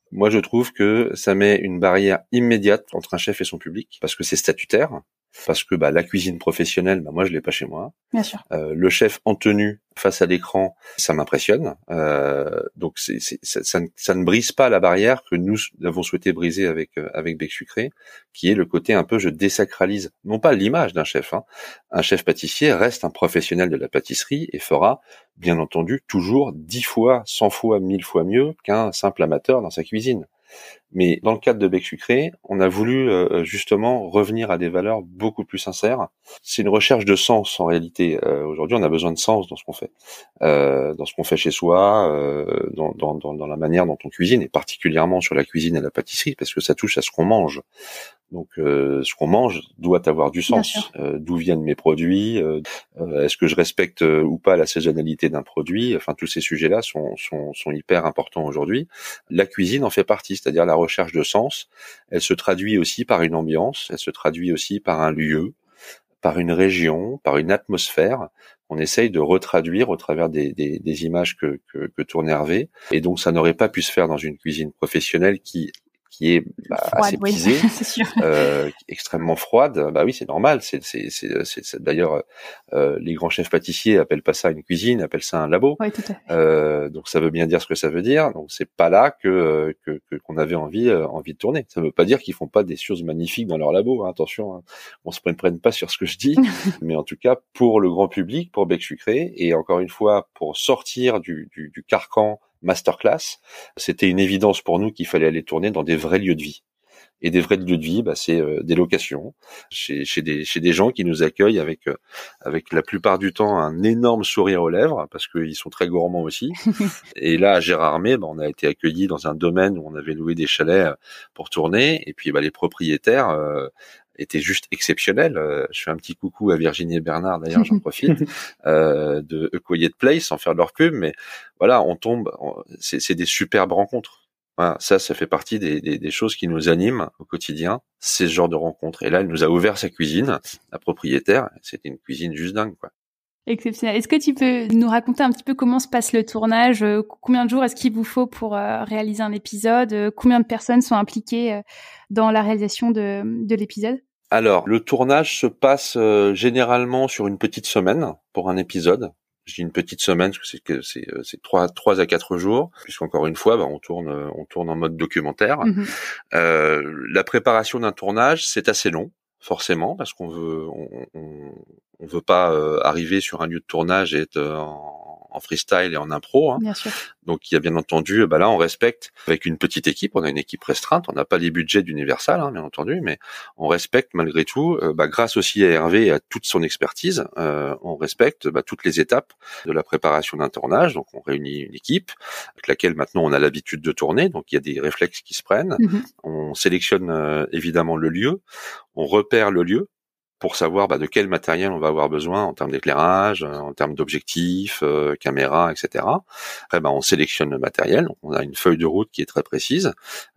Moi, je trouve que ça met une barrière immédiate entre un chef et son public, parce que c'est statutaire, parce que bah, la cuisine professionnelle, bah, moi, je l'ai pas chez moi. Bien sûr. Euh, le chef en tenue face à l'écran, ça m'impressionne. Euh, donc, c'est, c'est, ça, ça, ne, ça ne brise pas la barrière que nous avons souhaité briser avec euh, avec Bec Sucré, qui est le côté un peu je désacralise, non pas l'image d'un chef. Hein. Un chef pâtissier reste un professionnel de la pâtisserie et fera, bien entendu, toujours dix fois, cent fois, mille fois mieux qu'un simple amateur dans sa cuisine. Mais dans le cadre de Bec Sucré, on a voulu euh, justement revenir à des valeurs beaucoup plus sincères. C'est une recherche de sens en réalité. Euh, aujourd'hui, on a besoin de sens dans ce qu'on fait, euh, dans ce qu'on fait chez soi, euh, dans, dans, dans, dans la manière dont on cuisine, et particulièrement sur la cuisine et la pâtisserie, parce que ça touche à ce qu'on mange. Donc, euh, ce qu'on mange doit avoir du sens. Euh, d'où viennent mes produits euh, euh, Est-ce que je respecte euh, ou pas la saisonnalité d'un produit? Enfin, tous ces sujets-là sont, sont, sont hyper importants aujourd'hui. La cuisine en fait partie, c'est-à-dire la recherche de sens. Elle se traduit aussi par une ambiance, elle se traduit aussi par un lieu, par une région, par une atmosphère. On essaye de retraduire au travers des, des, des images que, que, que tourne Hervé. Et donc, ça n'aurait pas pu se faire dans une cuisine professionnelle qui qui est bah, Froide, aseptisée, oui, c'est sûr. euh, extrêmement froide. Bah oui, c'est normal. C'est, c'est, c'est, c'est, c'est d'ailleurs euh, les grands chefs pâtissiers appellent pas ça une cuisine, appellent ça un labo. Oui, tout à fait. Euh, donc ça veut bien dire ce que ça veut dire. Donc c'est pas là que, que, que qu'on avait envie euh, envie de tourner. Ça veut pas dire qu'ils font pas des choses magnifiques dans leur labo. Hein, attention, hein. On se prenne, prenne pas sur ce que je dis, mais en tout cas pour le grand public, pour Bec Sucré, et encore une fois pour sortir du, du, du carcan masterclass, c'était une évidence pour nous qu'il fallait aller tourner dans des vrais lieux de vie. Et des vrais lieux de vie, bah, c'est euh, des locations chez, chez des chez des gens qui nous accueillent avec euh, avec la plupart du temps un énorme sourire aux lèvres parce qu'ils sont très gourmands aussi. Et là à Gérardmer, bah, on a été accueillis dans un domaine où on avait loué des chalets pour tourner, et puis bah, les propriétaires euh, étaient juste exceptionnels. Euh, je fais un petit coucou à Virginie et Bernard, d'ailleurs, j'en profite, euh, de A Quiet Place, sans faire de leur pub, mais voilà, on tombe, on, c'est, c'est des superbes rencontres. Voilà, ça, ça fait partie des, des, des choses qui nous animent au quotidien, c'est ce genre de rencontres. Et là, elle nous a ouvert sa cuisine, la propriétaire, c'était une cuisine juste dingue, quoi. Exceptionnel. Est-ce que tu peux nous raconter un petit peu comment se passe le tournage? Combien de jours est-ce qu'il vous faut pour euh, réaliser un épisode? Combien de personnes sont impliquées euh, dans la réalisation de, de l'épisode? Alors, le tournage se passe euh, généralement sur une petite semaine pour un épisode. Je dis une petite semaine parce que c'est que c'est c'est trois trois à quatre jours, puisqu'encore une fois, bah, on tourne on tourne en mode documentaire. Mmh. Euh, la préparation d'un tournage, c'est assez long, forcément, parce qu'on veut on on, on veut pas euh, arriver sur un lieu de tournage et être euh, en en freestyle et en impro. Hein. Bien sûr. Donc il y a bien entendu, bah là on respecte avec une petite équipe, on a une équipe restreinte, on n'a pas les budgets d'Universal, hein, bien entendu, mais on respecte malgré tout, euh, bah, grâce aussi à Hervé et à toute son expertise, euh, on respecte bah, toutes les étapes de la préparation d'un tournage. Donc on réunit une équipe avec laquelle maintenant on a l'habitude de tourner, donc il y a des réflexes qui se prennent. Mm-hmm. On sélectionne euh, évidemment le lieu, on repère le lieu pour savoir bah, de quel matériel on va avoir besoin en termes d'éclairage, en termes d'objectifs, euh, caméras, et cetera. Après, bah, on sélectionne le matériel, donc on a une feuille de route qui est très précise.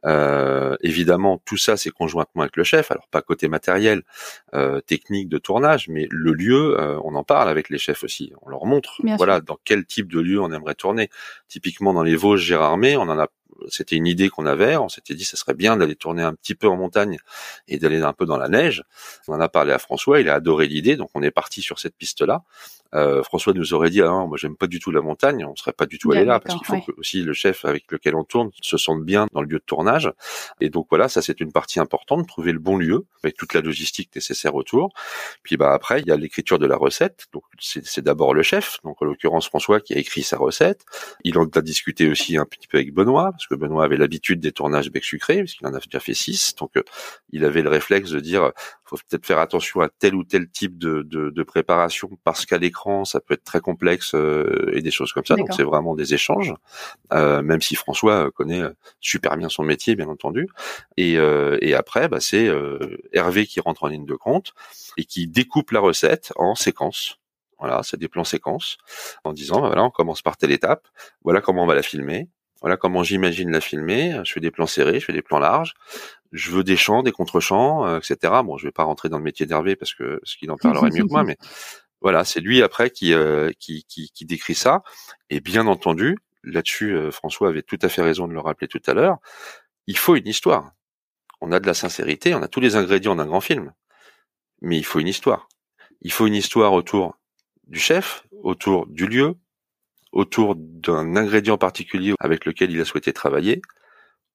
Euh, évidemment, tout ça, c'est conjointement avec le chef. Alors, pas côté matériel, euh, technique de tournage, mais le lieu, euh, on en parle avec les chefs aussi. On leur montre, Bien voilà, sûr. Dans quel type de lieu on aimerait tourner. Typiquement, dans les Vosges, Gérardmer, on en a c'était une idée qu'on avait, on s'était dit ça serait bien d'aller tourner un petit peu en montagne et d'aller un peu dans la neige. On en a parlé à François, il a adoré l'idée, donc on est parti sur cette piste-là. Euh, François nous aurait dit ah non, moi j'aime pas du tout la montagne, on serait pas du tout allé là parce qu'il faut ouais. que aussi le chef avec lequel on tourne se sente bien dans le lieu de tournage. Et donc voilà, ça c'est une partie importante, trouver le bon lieu avec toute la logistique nécessaire autour. Puis bah après il y a l'écriture de la recette, donc c'est, c'est d'abord le chef, donc en l'occurrence François qui a écrit sa recette. Il en a discuté aussi un petit peu avec Benoît parce que Benoît avait l'habitude des tournages Bec Sucré puisqu'il en a déjà fait six, donc euh, il avait le réflexe de dire faut peut-être faire attention à tel ou tel type de, de, de préparation parce qu'à l'écran ça peut être très complexe euh, et des choses comme ça. D'accord. Donc c'est vraiment des échanges, euh, même si François connaît super bien son métier bien entendu. Et, euh, et après bah, c'est euh, Hervé qui rentre en ligne de compte et qui découpe la recette en séquences. Voilà, c'est des plans séquences en disant bah, voilà on commence par telle étape, voilà comment on va la filmer. Voilà comment j'imagine la filmer. Je fais des plans serrés, je fais des plans larges. Je veux des champs, des contre-champs, euh, et cetera. Bon, je vais pas rentrer dans le métier d'Hervé parce que ce qu'il en parlerait mieux que moi, mais voilà, c'est lui après qui, euh, qui qui qui décrit ça. Et bien entendu, là-dessus, euh, François avait tout à fait raison de le rappeler tout à l'heure. il faut une histoire. On a de la sincérité, on a tous les ingrédients d'un grand film, mais il faut une histoire. Il faut une histoire autour du chef, autour du lieu, autour d'un ingrédient particulier avec lequel il a souhaité travailler. Pourquoi ?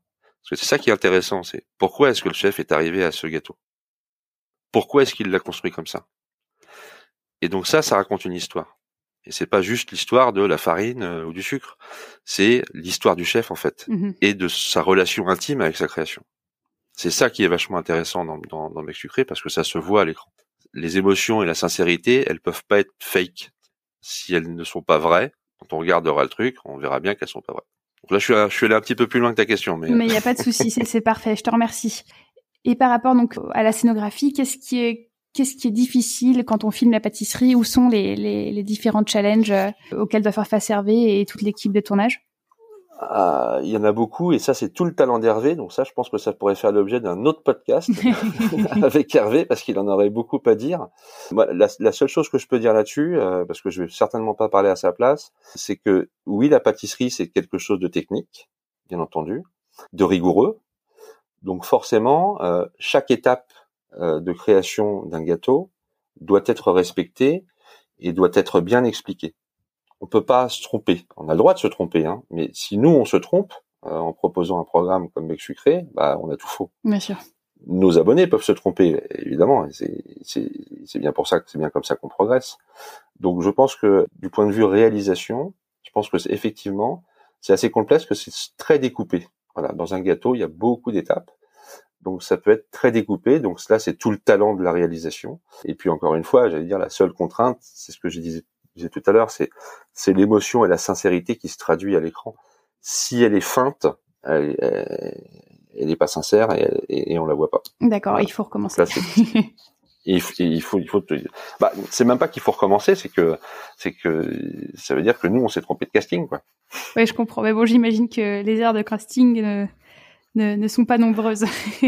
Parce que c'est ça qui est intéressant, c'est pourquoi est-ce que le chef est arrivé à ce gâteau ? Pourquoi est-ce qu'il l'a construit comme ça ? Et donc ça, ça raconte une histoire. Et c'est pas juste l'histoire de la farine euh, ou du sucre, c'est l'histoire du chef en fait, mmh. et de sa relation intime avec sa création. C'est ça qui est vachement intéressant dans, dans, dans Bec Sucré, parce que ça se voit à l'écran. Les émotions et la sincérité, elles peuvent pas être fake. Si elles ne sont pas vraies, quand on regardera le truc, on verra bien qu'elles sont pas vraies. Donc là, je suis, je suis allé un petit peu plus loin que ta question, mais mais il y a pas de souci, c'est, c'est parfait. Je te remercie. Et par rapport donc à la scénographie, qu'est-ce qui est qu'est-ce qui est difficile quand on filme la pâtisserie ? Où sont les les, les différents challenges auxquels doit faire face Hervé et toute l'équipe de tournage ? Ah, il y en a beaucoup, et ça c'est tout le talent d'Hervé, donc ça je pense que ça pourrait faire l'objet d'un autre podcast avec Hervé, parce qu'il en aurait beaucoup à dire. Moi, la, la seule chose que je peux dire là-dessus, euh, parce que je vais certainement pas parler à sa place, c'est que oui, la pâtisserie c'est quelque chose de technique, bien entendu, de rigoureux, donc forcément euh, chaque étape euh, de création d'un gâteau doit être respectée et doit être bien expliquée. On peut pas se tromper. On a le droit de se tromper, hein. Mais si nous on se trompe euh, en proposant un programme comme Bec Sucré, bah on a tout faux. Bien sûr. Nos abonnés peuvent se tromper, évidemment. Et c'est, c'est, c'est bien pour ça que c'est bien comme ça qu'on progresse. Donc je pense que du point de vue réalisation, je pense que c'est effectivement c'est assez complexe, que c'est très découpé. Voilà, dans un gâteau il y a beaucoup d'étapes, donc ça peut être très découpé. Donc là c'est tout le talent de la réalisation. Et puis encore une fois, j'allais dire la seule contrainte, c'est ce que je disais. disais tout à l'heure, c'est c'est l'émotion et la sincérité qui se traduit à l'écran. Si elle est feinte, elle, elle, elle est pas sincère et, et, et on la voit pas. D'accord, voilà. Il faut recommencer. Là, il, faut, il faut, il faut. Bah, c'est même pas qu'il faut recommencer, c'est que, c'est que ça veut dire que nous, on s'est trompé de casting, quoi. Oui, je comprends. Mais bon, j'imagine que les erreurs de casting ne, ne, ne sont pas nombreuses.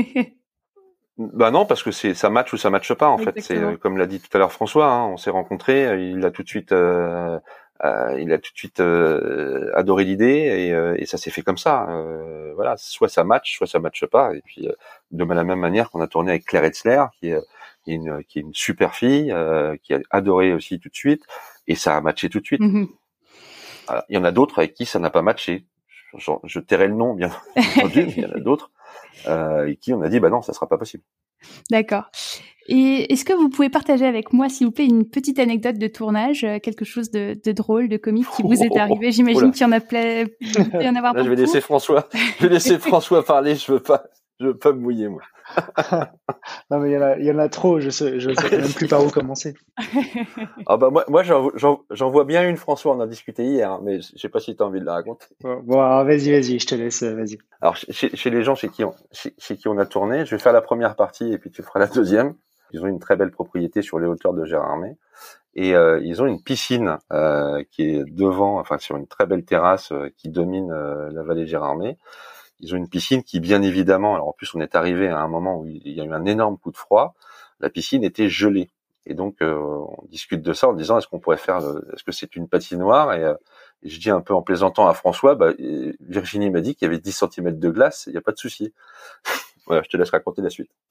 Bah non, parce que c'est ça match ou ça matche pas en Exactement. Fait. C'est comme l'a dit tout à l'heure François, hein, on s'est rencontrés, il a tout de suite, euh, euh, il a tout de suite euh, adoré l'idée et, euh, et ça s'est fait comme ça. Euh, voilà, soit ça match, soit ça matche pas. Et puis euh, de la même manière qu'on a tourné avec Claire Etzler, qui est, qui est une qui est une super fille, euh, qui a adoré aussi tout de suite et ça a matché tout de suite. Mm-hmm. Alors, il y en a d'autres avec qui ça n'a pas matché. Je, je tairai le nom bien entendu, mais il y en a d'autres. Euh, et qui on a dit bah non, ça sera pas possible. D'accord. Et est-ce que vous pouvez partager avec moi, s'il vous plaît, une petite anecdote de tournage, quelque chose de, de drôle, de comique qui vous est arrivé ? J'imagine oh qu'il y en a plein, il peut y en avoir Là, beaucoup. Je vais laisser François, je vais laisser François parler. Je veux pas, je veux pas me mouiller moi. Non mais il y en a, il y en a trop. Je sais, je sais même plus par où commencer. Ah bah moi, moi j'en, j'en, j'en vois bien une. François, on en a discuté hier, hein, mais je sais pas si tu as envie de la raconter. Bon, bon alors vas-y, vas-y, je te laisse, vas-y. Alors chez, chez les gens chez qui on, chez, chez qui on a tourné, je vais faire la première partie et puis tu feras la deuxième. Ils ont une très belle propriété sur les hauteurs de Gérardmer et euh, ils ont une piscine euh, qui est devant, enfin sur une très belle terrasse euh, qui domine euh, la vallée de Gérardmer. Ils ont une piscine qui, bien évidemment, alors en plus on est arrivé à un moment où il y a eu un énorme coup de froid, la piscine était gelée. Et donc euh, on discute de ça en disant est-ce qu'on pourrait faire, est-ce que c'est une patinoire et, euh, et je dis un peu en plaisantant à François, bah, Virginie m'a dit qu'il y avait dix centimètres de glace, il n'y a pas de souci. Voilà, je te laisse raconter la suite.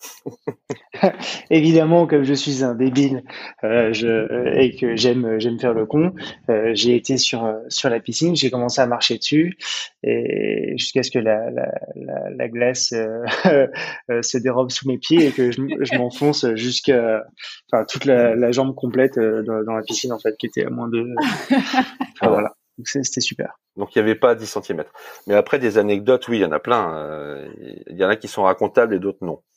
Évidemment, comme je suis un débile euh, je, et que j'aime j'aime faire le con, euh, j'ai été sur sur la piscine, j'ai commencé à marcher dessus et jusqu'à ce que la la, la, la glace euh, euh, se dérobe sous mes pieds et que je, je m'enfonce jusqu'à enfin toute la, la jambe complète euh, dans, dans la piscine en fait, qui était à moins de enfin, voilà. Donc c'était super. Donc il n'y avait pas dix centimètres. Mais après des anecdotes, oui, il y en a plein. Euh, il y en a qui sont racontables et d'autres non.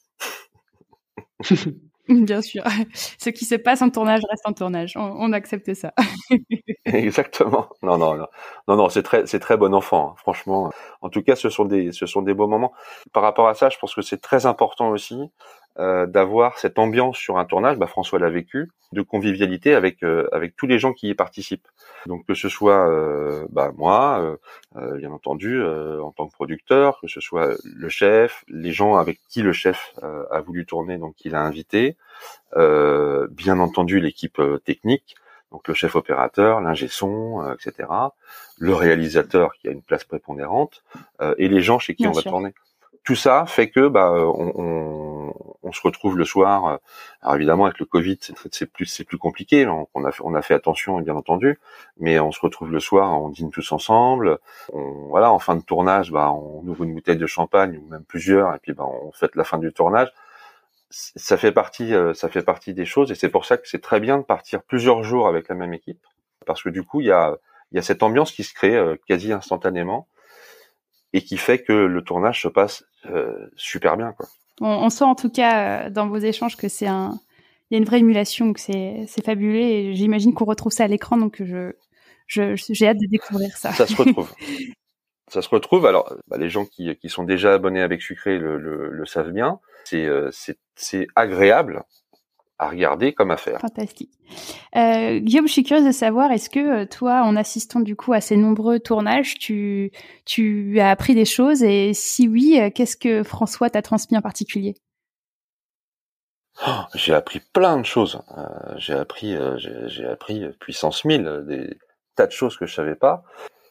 Bien sûr. Ce qui se passe en tournage reste en tournage. On, on accepte ça. Exactement. Non, non, non, non, non. C'est très, c'est très bon enfant. Hein, franchement. En tout cas, ce sont des, ce sont des beaux moments. Par rapport à ça, je pense que c'est très important aussi euh, d'avoir cette ambiance sur un tournage. Bah, François l'a vécu, de convivialité avec euh, avec tous les gens qui y participent. Donc que ce soit euh, bah, moi, euh, euh, bien entendu, euh, en tant que producteur, que ce soit le chef, les gens avec qui le chef euh, a voulu tourner, donc il a invité, euh, bien entendu l'équipe euh, technique. donc le chef opérateur, l'ingé son, euh, et cetera, le réalisateur qui a une place prépondérante, euh, et les gens chez qui Bien on va sûr. tourner. Tout ça fait que bah on, on, on se retrouve le soir. Alors évidemment avec le Covid c'est, c'est plus c'est plus compliqué. On, on a fait, on a fait attention bien entendu, mais on se retrouve le soir, on dîne tous ensemble. On, voilà, en fin de tournage, bah on ouvre une bouteille de champagne ou même plusieurs et puis bah on fête la fin du tournage. Ça fait partie ça fait partie des choses et c'est pour ça que c'est très bien de partir plusieurs jours avec la même équipe parce que du coup il y a il y a cette ambiance qui se crée euh, quasi instantanément. Et qui fait que le tournage se passe euh, super bien, quoi. On, on sent en tout cas euh, dans vos échanges que c'est un, il y a une vraie émulation, que c'est, c'est fabuleux. Et j'imagine qu'on retrouve ça à l'écran, donc je, je, j'ai hâte de découvrir ça. Ça se retrouve. Ça se retrouve. Alors, bah, les gens qui, qui sont déjà abonnés avec Sucré le, le, le savent bien. C'est, euh, c'est, c'est agréable à regarder comme à faire. Fantastique. Euh, Guillaume, je suis curieuse de savoir, est-ce que toi, en assistant du coup à ces nombreux tournages, tu, tu as appris des choses et si oui, qu'est-ce que François t'a transmis en particulier ? Oh, j'ai appris plein de choses. Euh, j'ai appris, euh, j'ai, j'ai appris puissance mille, des tas de choses que je savais pas.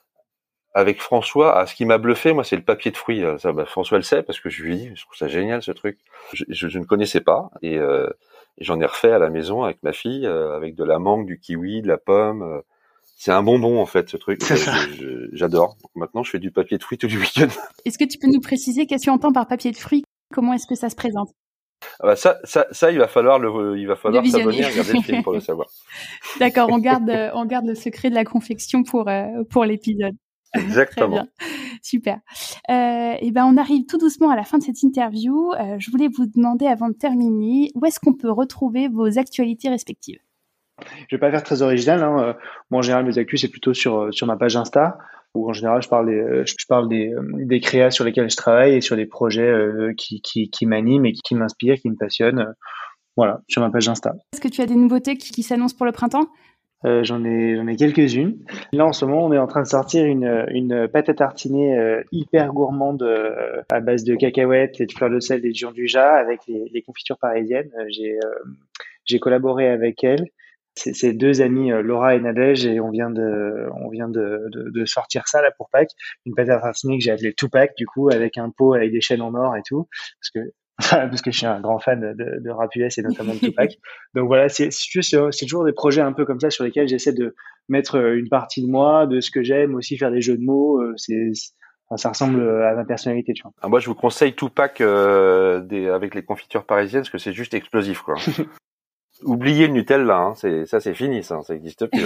Avec François, ah, ce qui m'a bluffé, moi, c'est le papier de fruits. Ça, bah, François le sait parce que je lui dis, je trouve ça génial ce truc. Je, je, je ne connaissais pas et, euh, et j'en ai refait à la maison avec ma fille, euh, avec de la mangue, du kiwi, de la pomme. Euh, c'est un bonbon en fait, ce truc. Euh, je, je, j'adore. Donc, maintenant, je fais du papier de fruits tous les week-ends. Est-ce que tu peux nous préciser qu'est-ce que tu entends par papier de fruits ? Comment est-ce que ça se présente ? Ah bah ça, ça, ça, il va falloir le, il va falloir s'abonner, regarder le film pour le savoir. D'accord, on garde, on garde le secret de la confection pour euh, pour l'épisode. Exactement. Très bien. Super. Euh, et ben, on arrive tout doucement à la fin de cette interview. Euh, je voulais vous demander, avant de terminer, où est-ce qu'on peut retrouver vos actualités respectives ? Je vais pas faire très original. Hein. Moi, en général, mes actus, c'est plutôt sur sur ma page Insta, où en général, je parle des, je parle des, des créas sur lesquels je travaille et sur des projets euh, qui, qui, qui m'animent et qui, qui m'inspirent, qui me passionnent. Voilà, sur ma page Insta. Est-ce que tu as des nouveautés qui, qui s'annoncent pour le printemps ? Euh, j'en ai, j'en ai quelques-unes. Là, en ce moment, on est en train de sortir une, une pâte à tartiner euh, hyper gourmande euh, à base de cacahuètes, lait de fleur de sel et de gianduja avec les, les confitures parisiennes. Euh, j'ai, euh, j'ai collaboré avec elles. C'est, c'est deux amies, euh, Laura et Nadège, et on vient de, on vient de, de, de sortir ça là pour Pâques. Une pâte à tartiner que j'ai appelée Tupac, du coup, avec un pot avec des chaînes en or et tout, parce que parce que je suis un grand fan de, de rap U S et notamment de Tupac. Donc voilà, c'est, c'est, c'est toujours des projets un peu comme ça sur lesquels j'essaie de mettre une partie de moi, de ce que j'aime, aussi faire des jeux de mots. C'est, c'est enfin, ça ressemble à ma personnalité, tu vois. Ah, moi, je vous conseille Tupac euh, des, avec les confitures parisiennes, parce que c'est juste explosif, quoi. Oubliez le Nutella, hein, c'est, ça c'est fini, ça, ça existe plus.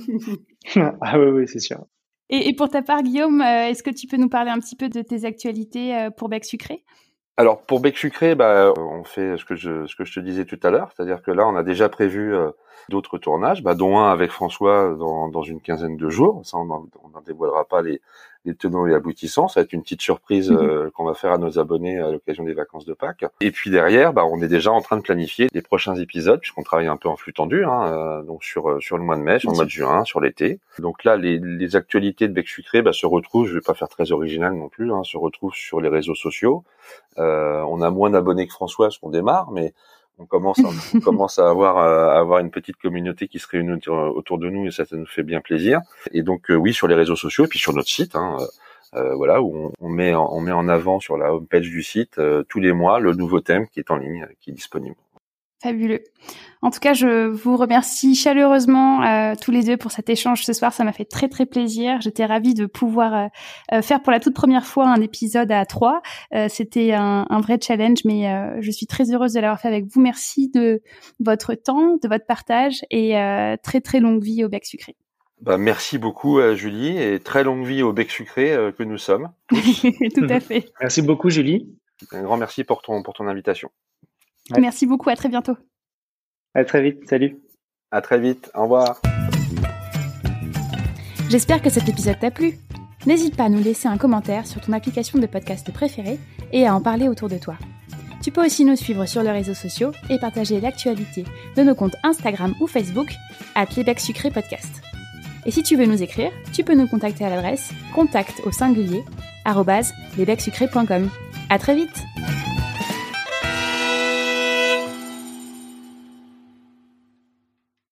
Hein. Ah oui, oui, c'est sûr. Et, et pour ta part, Guillaume, euh, est-ce que tu peux nous parler un petit peu de tes actualités euh, pour Bec Sucré ? Alors pour Bec Sucré, bah, on fait ce que je ce que je te disais tout à l'heure, c'est-à-dire que là on a déjà prévu euh, d'autres tournages, bah, dont un avec François dans dans une quinzaine de jours. Ça on n'en dévoilera pas les les tenants et aboutissants. Ça va être une petite surprise euh, qu'on va faire à nos abonnés à l'occasion des vacances de Pâques. Et puis derrière, bah, on est déjà en train de planifier les prochains épisodes puisqu'on travaille un peu en flux tendu, hein, euh, donc sur sur le mois de mai, sur le mois de juin, sur l'été. Donc là, les les actualités de Bec Sucré bah, se retrouvent. Je vais pas faire très original non plus, hein, se retrouvent sur les réseaux sociaux. Euh, on a moins d'abonnés que François parce qu'on démarre, mais on commence, à, on commence à avoir, à avoir une petite communauté qui se réunit autour de nous et ça, ça nous fait bien plaisir. Et donc euh, oui, sur les réseaux sociaux et puis sur notre site, hein, euh, voilà, où on, on met, on met en avant sur la homepage du site euh, tous les mois le nouveau thème qui est en ligne, qui est disponible. Fabuleux. En tout cas, je vous remercie chaleureusement euh, tous les deux pour cet échange ce soir. Ça m'a fait très très plaisir. J'étais ravie de pouvoir euh, faire pour la toute première fois un épisode à trois. Euh, c'était un, un vrai challenge, mais euh, je suis très heureuse de l'avoir fait avec vous. Merci de votre temps, de votre partage et euh, très très longue vie au Bec Sucré. Bah, merci beaucoup euh, Julie et très longue vie au Bec Sucré euh, que nous sommes tous. Tout à fait. Merci beaucoup Julie. Un grand merci pour ton pour ton invitation. Ouais. Merci beaucoup, à très bientôt. À très vite, salut. À très vite, au revoir. J'espère que cet épisode t'a plu. N'hésite pas à nous laisser un commentaire sur ton application de podcast préférée et à en parler autour de toi. Tu peux aussi nous suivre sur les réseaux sociaux et partager l'actualité de nos comptes Instagram ou Facebook arobase les becs sucrés podcast. Et si tu veux nous écrire, tu peux nous contacter à l'adresse contact au singulier arobase les becs sucrés point com. À très vite.